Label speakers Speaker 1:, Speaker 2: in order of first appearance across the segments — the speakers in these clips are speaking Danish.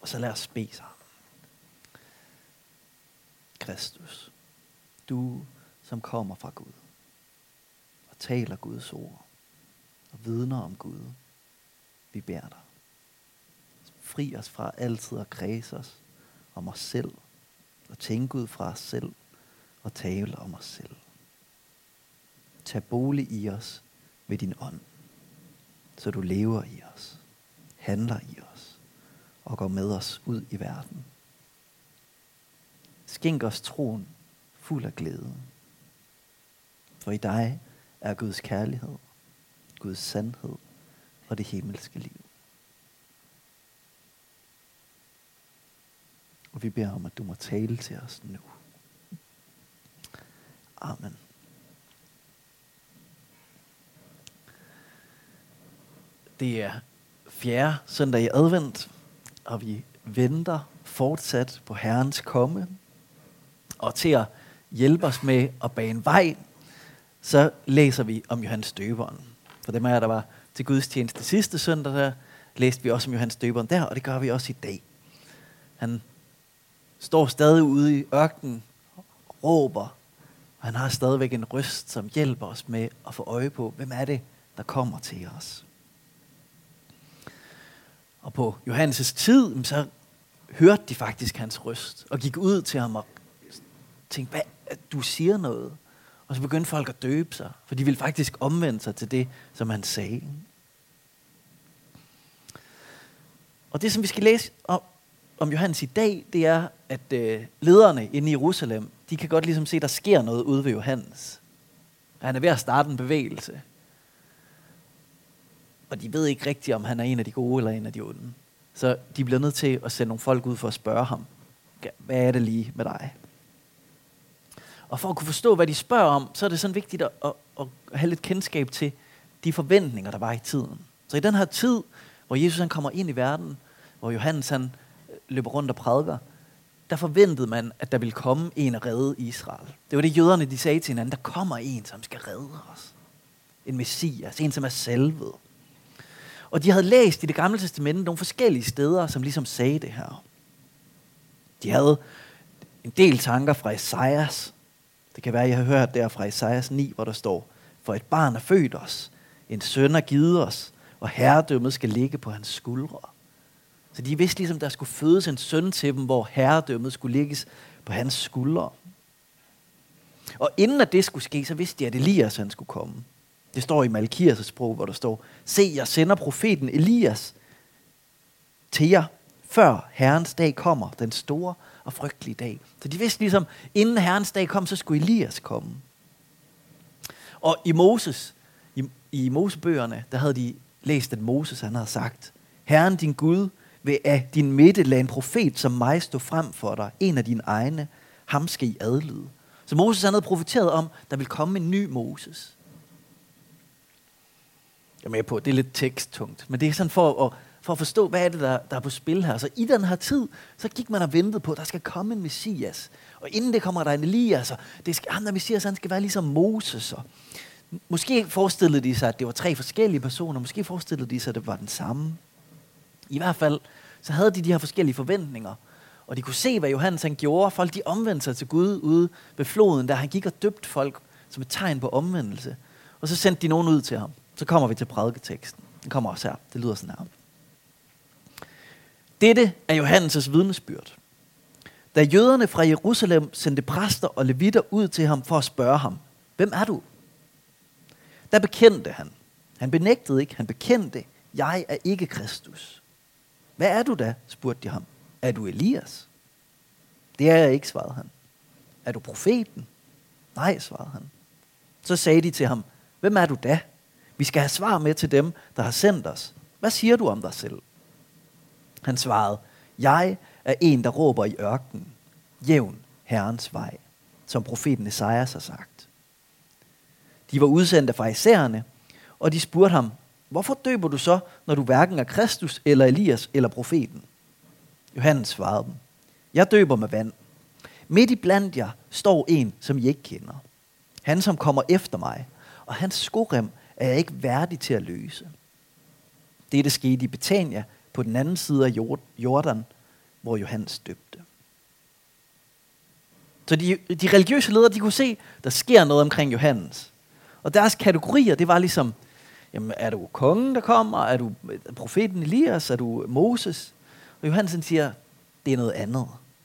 Speaker 1: Og så lad os bede sammen. Kristus, du som kommer fra Gud og taler Guds ord og vidner om Gud, vi beder dig. Fri os fra altid at kredse os om os selv og tænke ud fra os selv og tale om os selv. Tag bolig i os ved din ånd, så du lever i os, handler i os og går med os ud i verden. Skænk os troen fuld af glæde, for i dig er Guds kærlighed, Guds sandhed og det himmelske liv. Og vi beder om, at du må tale til os nu. Amen. Det er 4. søndag i advent, og vi venter fortsat på Herrens komme. Og til at hjælpe os med at bane vej, så læser vi om Johannes Døberen. For dem af jer, der var til gudstjeneste sidste søndag, der læste vi også om Johannes Døberen der, og det gør vi også i dag. Han står stadig ude i ørkenen, råber, og han har stadigvæk en røst, som hjælper os med at få øje på, hvem er det, der kommer til os. Og på Johannes' tid, så hørte de faktisk hans røst, og gik ud til ham og tænkte, hvad, du siger noget. Og så begyndte folk at døbe sig, for de ville faktisk omvende sig til det, som han sagde. Og det, som vi skal læse om Johannes i dag, det er, at lederne inde i Jerusalem, de kan godt ligesom se, at der sker noget ude ved Johannes. Han er ved at starte en bevægelse. Og de ved ikke rigtigt, om han er en af de gode eller en af de onde. Så de bliver nødt til at sende nogle folk ud for at spørge ham, hvad er det lige med dig? Og for at kunne forstå, hvad de spørger om, så er det sådan vigtigt at have lidt kendskab til de forventninger, der var i tiden. Så i den her tid, hvor Jesus han kommer ind i verden, hvor Johannes han løber rundt og prædiker, der forventede man, at der ville komme en at redde Israel. Det var det jøderne, de sagde til hinanden, der kommer en, som skal redde os. En messias, en som er salvet. Og de havde læst i Det Gamle Testamente nogle forskellige steder, som ligesom sagde det her. De havde en del tanker fra Esajas. Det kan være, at I har hørt der fra Esajas 9, hvor der står, for et barn er født os, en søn er givet os, og herredømmet skal ligge på hans skuldre. Så de vidste ligesom, der skulle fødes en søn til dem, hvor herredømmet skulle ligges på hans skuldre. Og inden at det skulle ske, så vidste de, at Elias han skulle komme. Det står i Malkias' sprog, hvor der står, se, jeg sender profeten Elias til jer, før Herrens dag kommer, den store og frygtelige dag. Så de vidste ligesom, inden Herrens dag kom, så skulle Elias komme. Og i Mosebøgerne, der havde de læst, at Moses han havde sagt, Herren din Gud vil af din midte lade en profet som mig stå frem for dig, en af dine egne, ham skal I adlyde. Så Moses han havde profeteret om, der ville komme en ny Moses. Jeg er med på, det er lidt teksttungt, men det er sådan for at forstå, hvad er det, der er på spil her. Så i den her tid, så gik man og ventede på, at der skal komme en Messias. Og inden det kommer der en Elias, og ham der Messias, han skal være ligesom Moses. Og måske forestillede de sig, at det var 3 forskellige personer. Måske forestillede de sig, at det var den samme. I hvert fald, så havde de her forskellige forventninger. Og de kunne se, hvad Johannes han gjorde. Folk, de omvendte sig til Gud ude ved floden, der han gik og døbte folk som et tegn på omvendelse. Og så sendte de nogen ud til ham. Så kommer vi til prædiketeksten. Den kommer også her. Det lyder sådan her. Dette er Johannes' vidnesbyrd. Da jøderne fra Jerusalem sendte præster og levitter ud til ham for at spørge ham, hvem er du? Der bekendte han. Han benægtede ikke, han bekendte, jeg er ikke Kristus. Hvad er du da, spurgte de ham. Er du Elias? Det er jeg ikke, svarede han. Er du profeten? Nej, svarede han. Så sagde de til ham, hvem er du da? Vi skal have svar med til dem, der har sendt os. Hvad siger du om dig selv? Han svarede, jeg er en, der råber i ørkenen. Jævn Herrens vej, som profeten Esajas har sagt. De var udsendt af farisæerne, og de spurgte ham, hvorfor døber du så, når du hverken er Kristus eller Elias eller profeten? Johannes svarede dem, jeg døber med vand. Midt i blandt jer står en, som I ikke kender. Han, som kommer efter mig, og hans skorem er jeg ikke værdig til at løse. Dette skete i Betania på den anden side af Jordan, hvor Johannes døbte. Så de religiøse ledere, de kunne se, der sker noget omkring Johannes. Og deres kategorier, det var ligesom, jamen, er du kongen, der kommer? Er du profeten Elias? Er du Moses? Og Johannes siger, det er noget andet.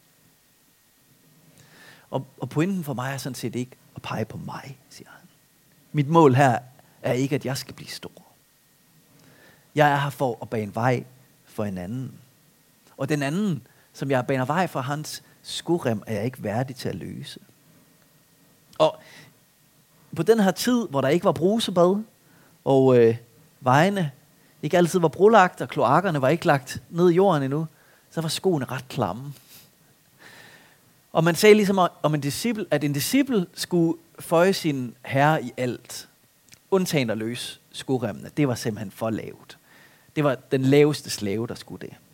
Speaker 1: Og pointen for mig er sådan set ikke at pege på mig, siger han. Mit mål her er ikke, at jeg skal blive stor. Jeg er her for at bane vej for en anden. Og den anden, som jeg baner vej for, hans skorem, er jeg ikke værdig til at løse. Og på den her tid, hvor der ikke var brusebad, og vejene ikke altid var brolagt, og kloakkerne var ikke lagt ned i jorden endnu, så var skoene ret klamme. Og man sagde ligesom om en disciple, at en disciple skulle føje sin herre i alt, undtagen at løse skoremmene. Det var simpelthen for lavt. Det var den laveste slave, der skulle det.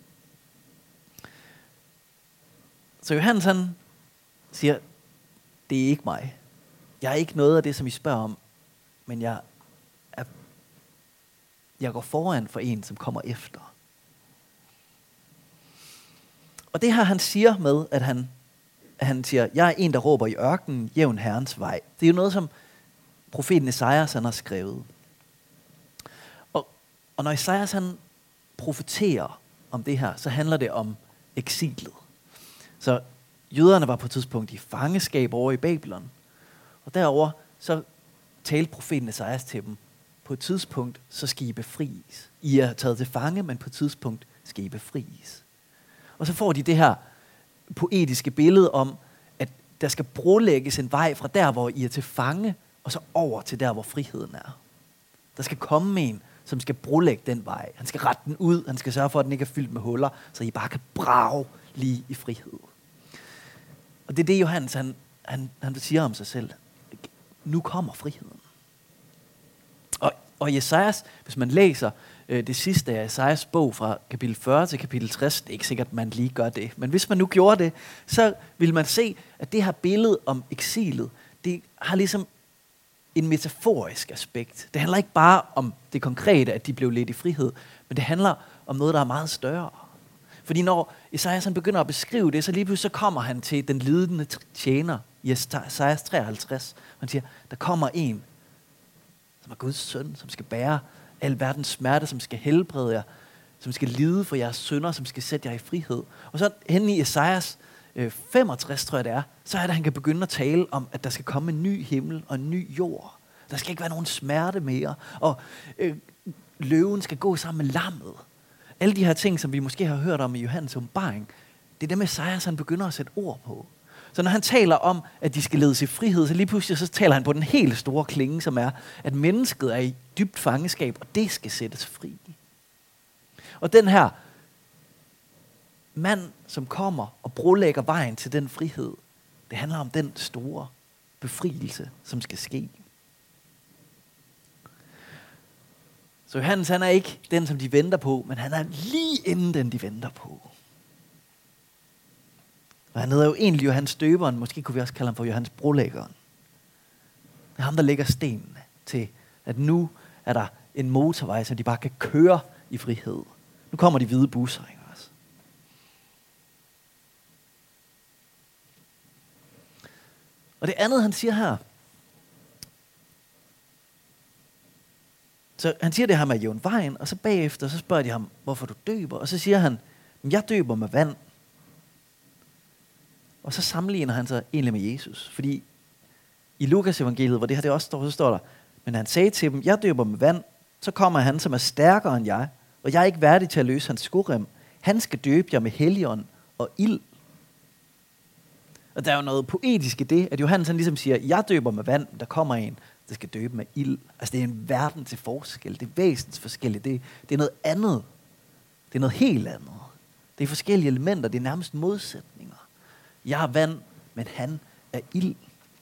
Speaker 1: Så Johannes han siger, det er ikke mig. Jeg er ikke noget af det, som I spørger om, men jeg går foran for en, som kommer efter. Og det her han siger med, at han siger, jeg er en, der råber i ørkenen, jævn Herrens vej. Det er jo noget, som profeten Esajas han har skrevet. Og når Esajas han profeterer om det her, så handler det om eksilet. Så jøderne var på et tidspunkt i fangeskab over i Babylon. Og derover så talte profeten Esajas til dem. På et tidspunkt, så skal I befries. I er taget til fange, men på et tidspunkt skal I befries. Og så får de det her poetiske billede om, at der skal brolægges en vej fra der, hvor I er til fange, og så over til der, hvor friheden er. Der skal komme en, som skal brolægge den vej. Han skal rette den ud. Han skal sørge for, at den ikke er fyldt med huller, så I bare kan brage lige i frihed. Og det er det, Johannes han siger om sig selv. Nu kommer friheden. Og Jesajas, hvis man læser det sidste af Jesajas bog fra kapitel 40 til kapitel 60, det er ikke sikkert, at man lige gør det, men hvis man nu gjorde det, så vil man se, at det her billede om eksilet, det har ligesom en metaforisk aspekt. Det handler ikke bare om det konkrete, at de blev ledt i frihed, men det handler om noget, der er meget større. Fordi når Esajas han begynder at beskrive det, så lige pludselig så kommer han til den lidende tjener i Esajas 53. Han siger, der kommer en, som er Guds søn, som skal bære al verdens smerte, som skal helbrede jer, som skal lide for jeres synder, som skal sætte jer i frihed. Og så henne i Esajas 65, tror jeg det er, så er det, at han kan begynde at tale om, at der skal komme en ny himmel og en ny jord. Der skal ikke være nogen smerte mere, og løven skal gå sammen med lammet. Alle de her ting, som vi måske har hørt om i Johannes åbenbaring, det er dem, Esajas han begynder at sætte ord på. Så når han taler om, at de skal ledes i frihed, så lige pludselig så taler han på den helt store klinge, som er, at mennesket er i dybt fangeskab, og det skal sættes fri. Og den her mand, som kommer og brolægger vejen til den frihed, det handler om den store befrielse, som skal ske. Så Johannes han er ikke den, som de venter på, men han er lige inden den, de venter på. Og han hedder jo egentlig Johannes Døberen, måske kunne vi også kalde ham for Johannes Brolæggeren. Det er ham, der lægger stenene til, at nu er der en motorvej, så de bare kan køre i frihed. Nu kommer de hvide busser, ikke også? Og det andet, han siger her, så han siger det her med at jævne vejen, og så bagefter, så spørger de ham, hvorfor du døber, og så siger han, jeg døber med vand. Og så sammenligner han sig egentlig med Jesus. Fordi i Lukas evangeliet, hvor det her det også står, så står der, men han sagde til dem, jeg døber med vand, så kommer han, som er stærkere end jeg, og jeg er ikke værdig til at løse hans skorem. Han skal døbe jer med helligånd og ild. Og der er jo noget poetisk i det, at Johannes han ligesom siger, jeg døber med vand, der kommer en, der skal døbe med ild. Altså det er en verden til forskel, det er væsensforskelligt, det er noget andet. Det er noget helt andet. Det er forskellige elementer, det er nærmest modsætninger. Jeg er vand, men han er ild.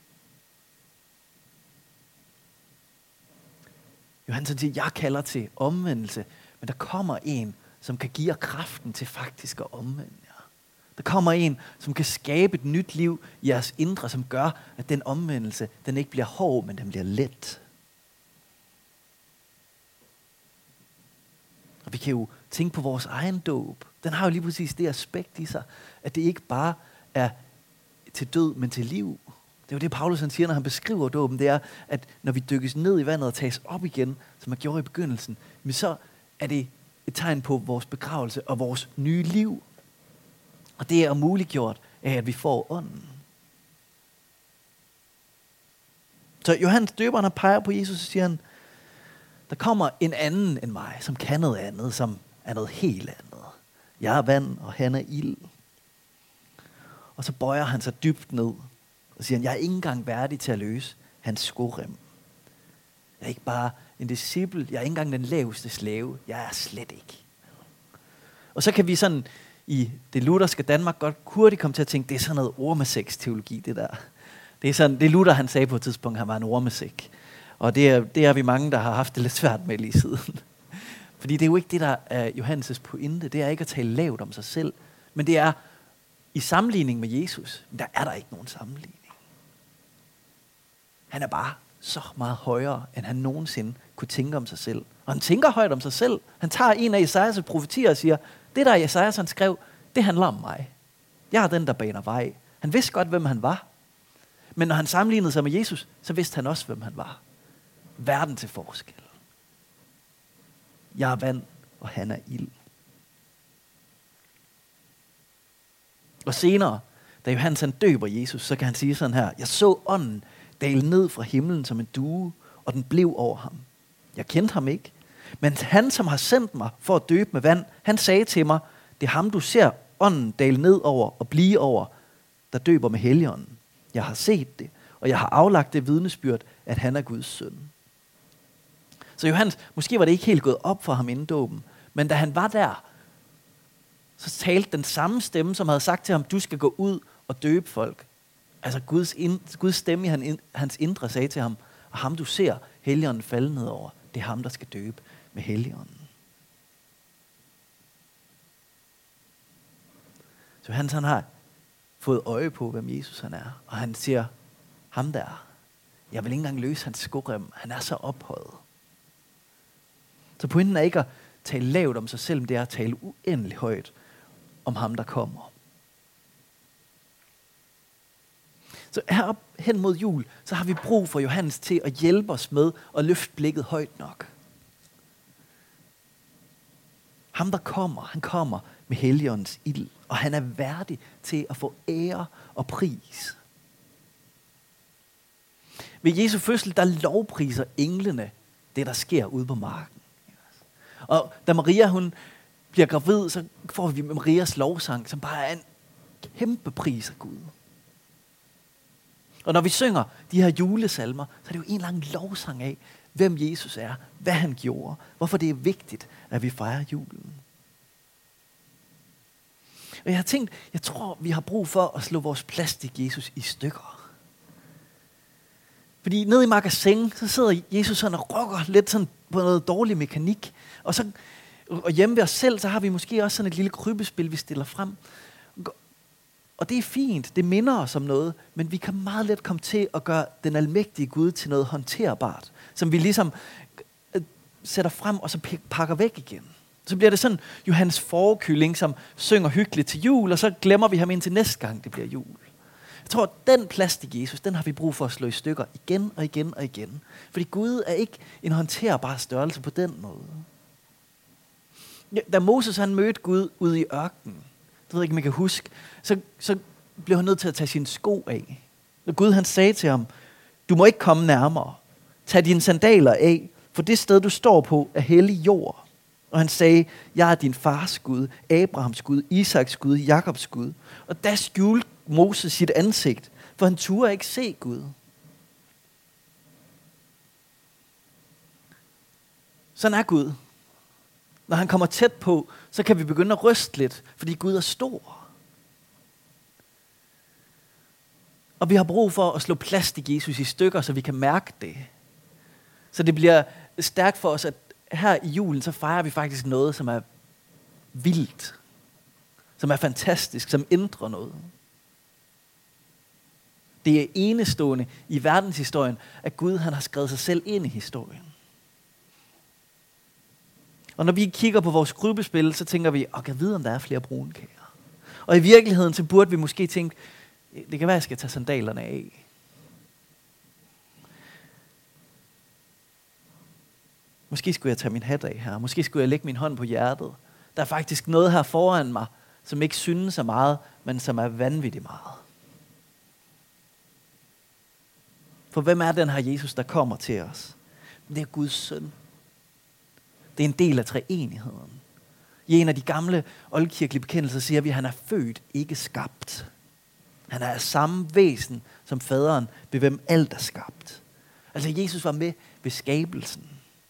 Speaker 1: Johannes siger, jeg kalder til omvendelse, men der kommer en, som kan give jer kraften til faktisk at omvende jer. Der kommer en, som kan skabe et nyt liv i jeres indre, som gør, at den omvendelse, den ikke bliver hård, men den bliver let. Og vi kan jo tænke på vores egen dåb. Den har jo lige præcis det aspekt i sig, at det ikke bare er til død, men til liv. Det er jo det, Paulus han siger, når han beskriver dåben. Det er, at når vi dykkes ned i vandet og tages op igen, som man gjorde i begyndelsen, men så er det et tegn på vores begravelse og vores nye liv. Og det er muliggjort af, at vi får ånden. Så Johannes døberen, han peger på Jesus, og siger han, der kommer en anden end mig, som kan noget andet, som er noget helt andet. Jeg er vand, og han er ild. Og så bøjer han sig dybt ned, og siger, jeg er ikke engang værdig til at løse hans skorem. Jeg er ikke bare en disciple, jeg er ikke engang den laveste slave. Jeg er slet ikke. Og så kan vi sådan i det lutherske Danmark godt hurtigt komme til at tænke, det er sådan noget ormesæksteologi, det der. Det er Luther, han sagde på et tidspunkt, han var en ormesæk. Og det er vi mange, der har haft det lidt svært med lige siden. Fordi det er jo ikke det, der er Johannes' pointe. Det er ikke at tale lavt om sig selv. Men det er i sammenligning med Jesus, der er der ikke nogen sammenligning. Han er bare så meget højere, end han nogensinde kunne tænke om sig selv. Og han tænker højt om sig selv. Han tager en af Jesajas profetier og siger, det der Jesajas han skrev, det handler om mig. Jeg er den, der baner vej. Han vidste godt, hvem han var. Men når han sammenlignede sig med Jesus, så vidste han også, hvem han var. Verden til forskel. Jeg er vand, og han er ild. Og senere, da Johannes han døber Jesus, så kan han sige sådan her, jeg så ånden dale ned fra himlen som en due, og den blev over ham. Jeg kendte ham ikke, men han, som har sendt mig for at døbe med vand, han sagde til mig, det er ham, du ser ånden dale ned over og blive over, der døber med Helligånden. Jeg har set det, og jeg har aflagt det vidnesbyrd, at han er Guds søn. Så Johannes, måske var det ikke helt gået op for ham inden dåben, men da han var der, så talte den samme stemme, som havde sagt til ham, du skal gå ud og døbe folk. Altså Guds stemme i hans indre sagde til ham, og ham du ser Helligånden falde ned over, det er ham, der skal døbe med Helligånden. Så Johannes han har fået øje på, hvem Jesus han er, og han siger, ham der, jeg vil ikke engang løse hans skorem, han er så ophøjet. Så pointen er ikke at tale lavt om sig selv, men det er at tale uendelig højt om ham, der kommer. Så her hen mod jul, så har vi brug for Johannes til at hjælpe os med at løfte blikket højt nok. Ham, der kommer, han kommer med Helligåndens ild, og han er værdig til at få ære og pris. Ved Jesu fødsel, der lovpriser englene det, der sker ude på marken. Og da Maria, hun bliver gravid, så får vi Marias lovsang, som bare er en kæmpe pris af Gud. Og når vi synger de her julesalmer, så er det jo en lang lovsang af, hvem Jesus er, hvad han gjorde, hvorfor det er vigtigt, at vi fejrer julen. Og jeg har tænkt, jeg tror, vi har brug for at slå vores plastik Jesus i stykker. Fordi nede i magasin, så sidder Jesus sådan og rokker lidt sådan på noget dårlig mekanik. Og hjemme ved os selv, så har vi måske også sådan et lille krybespil, vi stiller frem. Og det er fint, det minder os om noget, men vi kan meget let komme til at gøre den almægtige Gud til noget håndterbart, som vi ligesom sætter frem og så pakker væk igen. Så bliver det sådan Johannes forkylling, som synger hyggeligt til jul, og så glemmer vi ham indtil næste gang, det bliver jul. Jeg tror, at den plastik Jesus, den har vi brug for at slå i stykker igen og igen og igen. Fordi Gud er ikke en håndterbar størrelse på den måde. Da Moses han mødte Gud ude i ørkenen, det ved jeg ikke, om jeg kan huske, så blev han nødt til at tage sine sko af. Og Gud han sagde til ham, du må ikke komme nærmere. Tag dine sandaler af, for det sted, du står på, er hellig jord. Og han sagde, jeg er din fars Gud, Abrahams Gud, Isaks Gud, Jakobs Gud. Og der skjulte Moses sit ansigt, for han turde ikke se Gud. Sådan er Gud. Når han kommer tæt på, så kan vi begynde at ryste lidt, fordi Gud er stor. Og vi har brug for at slå plastik Jesus i stykker, så vi kan mærke det. Så det bliver stærkt for os, at her i julen, så fejrer vi faktisk noget, som er vildt. Som er fantastisk, som ændrer noget. Det er enestående i verdenshistorien, at Gud han har skrevet sig selv ind i historien. Og når vi kigger på vores krybbespil, så tænker vi, kan jeg vide, om der er flere brunkager? Og i virkeligheden, så burde vi måske tænke, det kan være, at jeg skal tage sandalerne af. Måske skulle jeg tage min hat af her. Måske skulle jeg lægge min hånd på hjertet. Der er faktisk noget her foran mig, som ikke synes så meget, men som er vanvittigt meget. For hvem er den her Jesus, der kommer til os? Det er Guds søn. Det er en del af treenigheden. I en af de gamle oldkirkelige bekendelser siger vi, at han er født, ikke skabt. Han er af samme væsen som faderen, ved hvem alt er skabt. Altså Jesus var med ved skabelsen.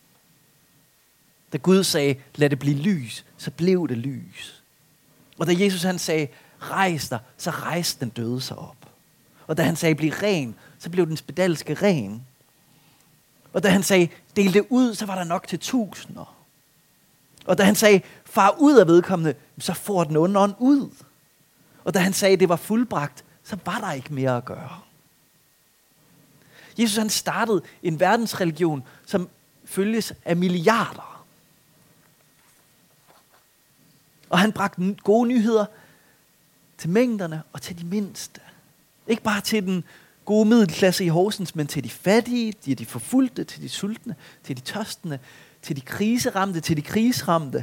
Speaker 1: Da Gud sagde, lad det blive lys, så blev det lys. Og da Jesus han sagde, rejs dig, så rejste den døde sig op. Og da han sagde, bliv ren, så blev den spedalske ren. Og da han sagde, del det ud, så var der nok til 1000'er. Og da han sagde, far ud af vedkommende, så får den onde ånd ud. Og da han sagde, det var fuldbragt, så var der ikke mere at gøre. Jesus han startede en verdensreligion, som følges af milliarder. Og han bragte gode nyheder til mængderne og til de mindste. Ikke bare til den gode middelklasse i Horsens, men til de fattige, til de forfulgte, til de sultne, til de tørstende, til de kriseramte, til de krigsramte.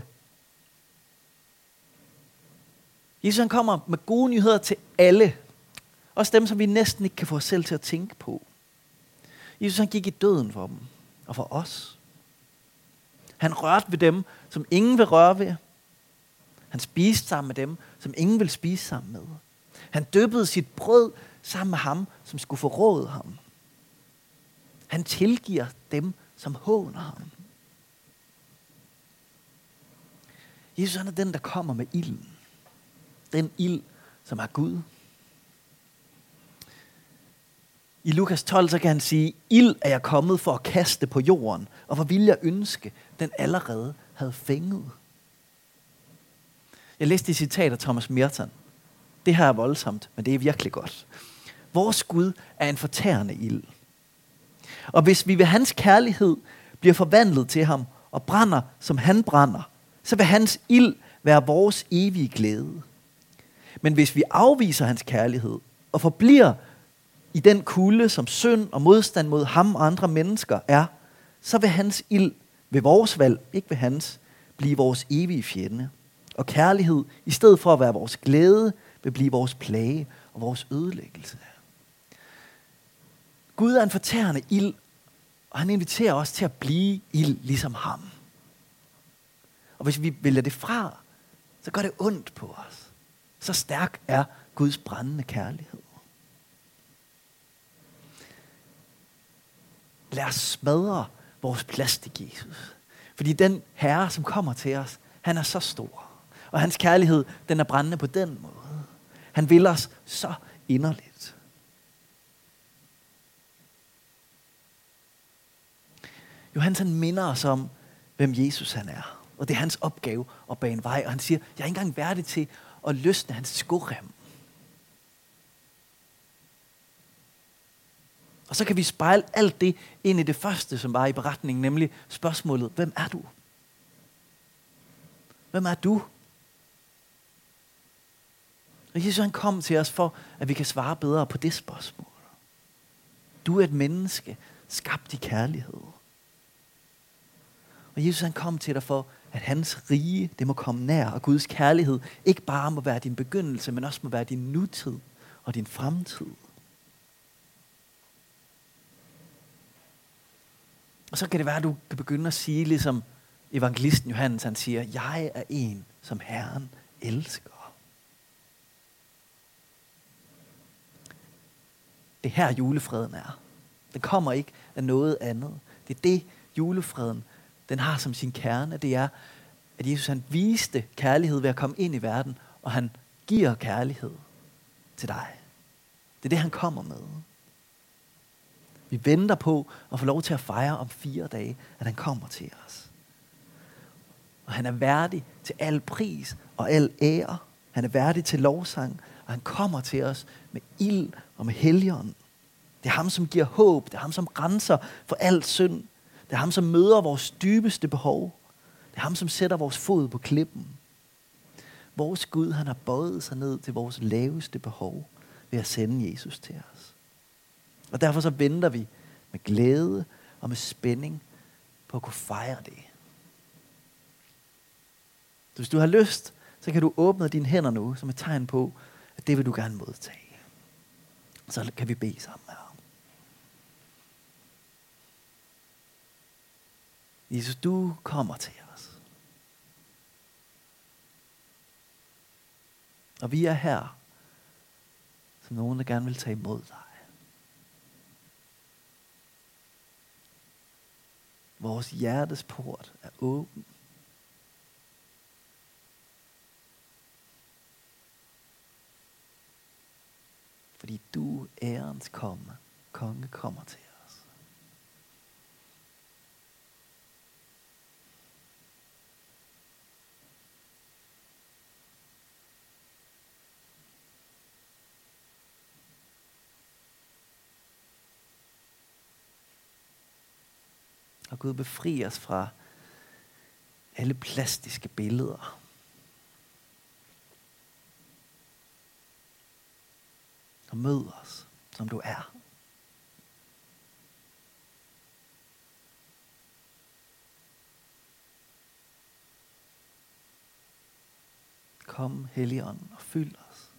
Speaker 1: Jesus han kommer med gode nyheder til alle. Også dem, som vi næsten ikke kan få os selv til at tænke på. Jesus han gik i døden for dem og for os. Han rørte ved dem, som ingen vil røre ved. Han spiste sammen med dem, som ingen vil spise sammen med. Han dyppede sit brød sammen med ham, som skulle forråde ham. Han tilgiver dem, som håner ham. Jesus han er den, der kommer med ilden. Den ild, som er Gud. I Lukas 12, så kan han sige, ild er jeg kommet for at kaste på jorden, og hvor ville jeg ønske, den allerede havde fænget. Jeg læste et citat af Thomas Merton. Det her er voldsomt, men det er virkelig godt. Vores Gud er en fortærende ild. Og hvis vi ved hans kærlighed bliver forvandlet til ham og brænder, som han brænder, så vil hans ild være vores evige glæde. Men hvis vi afviser hans kærlighed og forbliver i den kulde, som synd og modstand mod ham og andre mennesker er, så vil hans ild ved vores valg, ikke ved hans, blive vores evige fjende. Og kærlighed, i stedet for at være vores glæde, vil blive vores plage og vores ødelæggelse. Gud er en fortærende ild, og han inviterer os til at blive ild ligesom ham. Og hvis vi vælger det fra, så gør det ondt på os. Så stærk er Guds brændende kærlighed. Lad os smadre vores plads til Jesus. Fordi den Herre, som kommer til os, han er så stor. Og hans kærlighed, den er brændende på den måde. Han vil os så inderligt. Johannes han minder os om, hvem Jesus han er. Og det er hans opgave at bane vej. Og han siger, jeg er ikke engang værdig til at løsne hans skorem. Og så kan vi spejle alt det ind i det første, som var i beretningen, nemlig spørgsmålet, hvem er du? Hvem er du? Og Jesus han kom til os for, at vi kan svare bedre på det spørgsmål. Du er et menneske, skabt i kærlighed. Og Jesus han kom til dig for, at hans rige, det må komme nær, og Guds kærlighed ikke bare må være din begyndelse, men også må være din nutid og din fremtid. Og så kan det være, at du kan begynde at sige, ligesom evangelisten Johannes, han siger, jeg er en, som Herren elsker. Det her julefreden er. Den kommer ikke af noget andet. Det er det, julefreden, den har som sin kerne. Det er, at Jesus han viste kærlighed ved at komme ind i verden, og han giver kærlighed til dig. Det er det, han kommer med. Vi venter på at få lov til at fejre om 4 dage, at han kommer til os. Og han er værdig til al pris og al ære. Han er værdig til lovsang, og han kommer til os med ild og med Helligånden. Det er ham, som giver håb. Det er ham, som renser for al synd. Det er ham, som møder vores dybeste behov. Det Det er ham, som sætter vores fod på klippen. Vores Gud, han har bøjet sig ned til vores laveste behov ved at sende Jesus til os. Og derfor så venter vi med glæde og med spænding på at kunne fejre det. Så hvis du har lyst, så kan du åbne dine hænder nu som et tegn på, at det vil du gerne modtage. Så kan vi bede sammen her. Jesus, du kommer til os. Og vi er her, som nogen, der gerne vil tage imod dig. Vores hjertes port er åben. Fordi du, ærens konge, kommer til os. Og Gud, befri os fra alle plastiske billeder. Og mød os, som du er. Kom, Helligånd, og fyld os.